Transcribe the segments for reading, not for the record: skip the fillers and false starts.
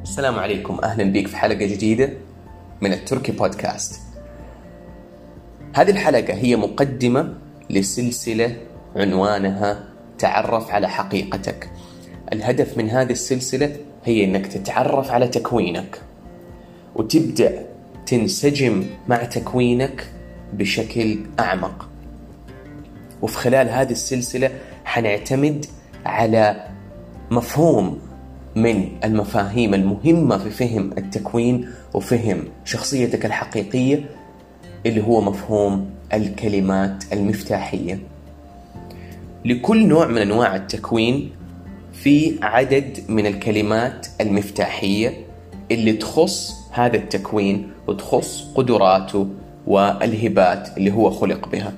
السلام عليكم، أهلا بك في حلقة جديدة من التركي بودكاست. هذه الحلقة هي مقدمة لسلسلة عنوانها تعرف على حقيقتك. الهدف من هذه السلسلة هي أنك تتعرف على تكوينك وتبدأ تنسجم مع تكوينك بشكل أعمق. وفي خلال هذه السلسلة حنعتمد على مفهوم من المفاهيم المهمة في فهم التكوين وفهم شخصيتك الحقيقية، اللي هو مفهوم الكلمات المفتاحية. لكل نوع من أنواع التكوين في عدد من الكلمات المفتاحية اللي تخص هذا التكوين وتخص قدراته والهبات اللي هو خلق بها.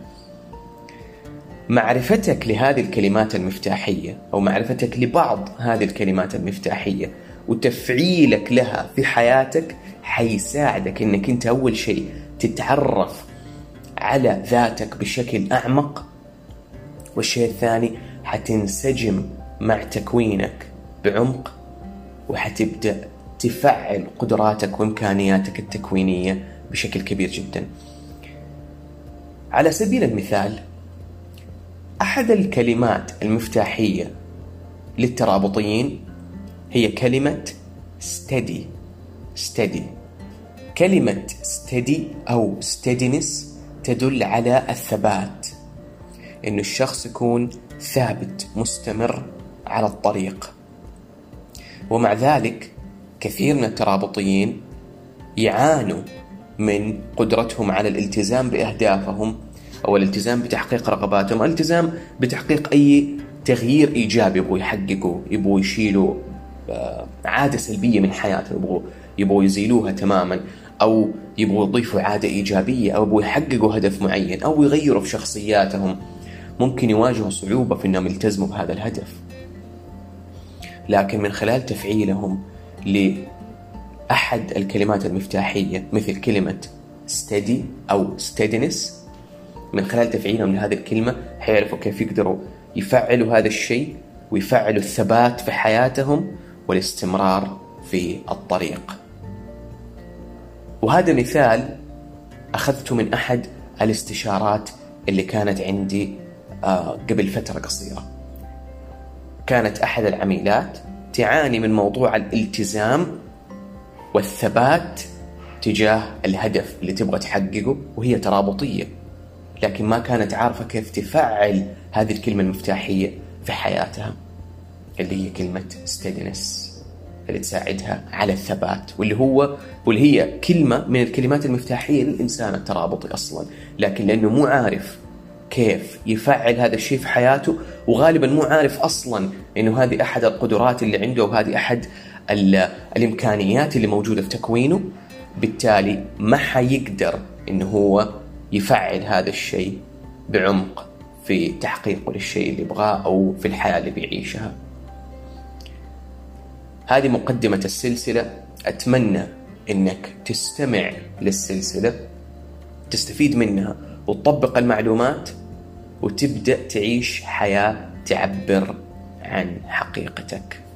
معرفتك لهذه الكلمات المفتاحية أو معرفتك لبعض هذه الكلمات المفتاحية وتفعيلك لها في حياتك حيساعدك إنك أنت أول شيء تتعرف على ذاتك بشكل أعمق، والشيء الثاني حتنسجم مع تكوينك بعمق، وحتبدأ تفعل قدراتك وإمكانياتك التكوينية بشكل كبير جدا. على سبيل المثال، أحد الكلمات المفتاحية للترابطيين هي كلمة steady. كلمة steady أو steadiness تدل على الثبات، إنه الشخص يكون ثابت مستمر على الطريق. ومع ذلك كثير من الترابطيين يعانوا من قدرتهم على الالتزام بأهدافهم أو الالتزام بتحقيق رغباتهم، الالتزام بتحقيق أي تغيير إيجابي يبغوا يحققوا، يبغوا يشيلوا عادة سلبية من حياتهم، يبغوا يزيلوها تماما، أو يبغوا يضيفوا عادة إيجابية، أو يبغوا يحققوا هدف معين، أو يغيروا في شخصياتهم. ممكن يواجهوا صعوبة في أنهم يلتزموا بهذا الهدف، لكن من خلال تفعيلهم لأحد الكلمات المفتاحية مثل كلمة steady أو steadiness، من خلال تفعيلهم لهذه الكلمة حيعرفوا كيف يقدروا يفعلوا هذا الشيء ويفعلوا الثبات في حياتهم والاستمرار في الطريق. وهذا مثال أخذته من أحد الاستشارات اللي كانت عندي قبل فترة قصيرة. كانت أحد العميلات تعاني من موضوع الالتزام والثبات تجاه الهدف اللي تبغى تحققه، وهي ترابطية، لكن ما كانت عارفة كيف تفعل هذه الكلمة المفتاحية في حياتها، اللي هي كلمة steadiness، اللي تساعدها على الثبات، واللي هي كلمة من الكلمات المفتاحية للإنسان الترابطي أصلا، لكن لأنه مو عارف كيف يفعل هذا الشيء في حياته، وغالبا مو عارف أصلا إنه هذه أحد القدرات اللي عنده وهذه أحد الإمكانيات اللي موجودة في تكوينه، بالتالي ما حيقدر إنه هو يفعل هذا الشيء بعمق في تحقيقه للشيء اللي يبغاه أو في الحياة اللي بيعيشها. هذه مقدمة السلسلة. أتمنى إنك تستمع للسلسلة، تستفيد منها وتطبق المعلومات وتبدأ تعيش حياة تعبر عن حقيقتك.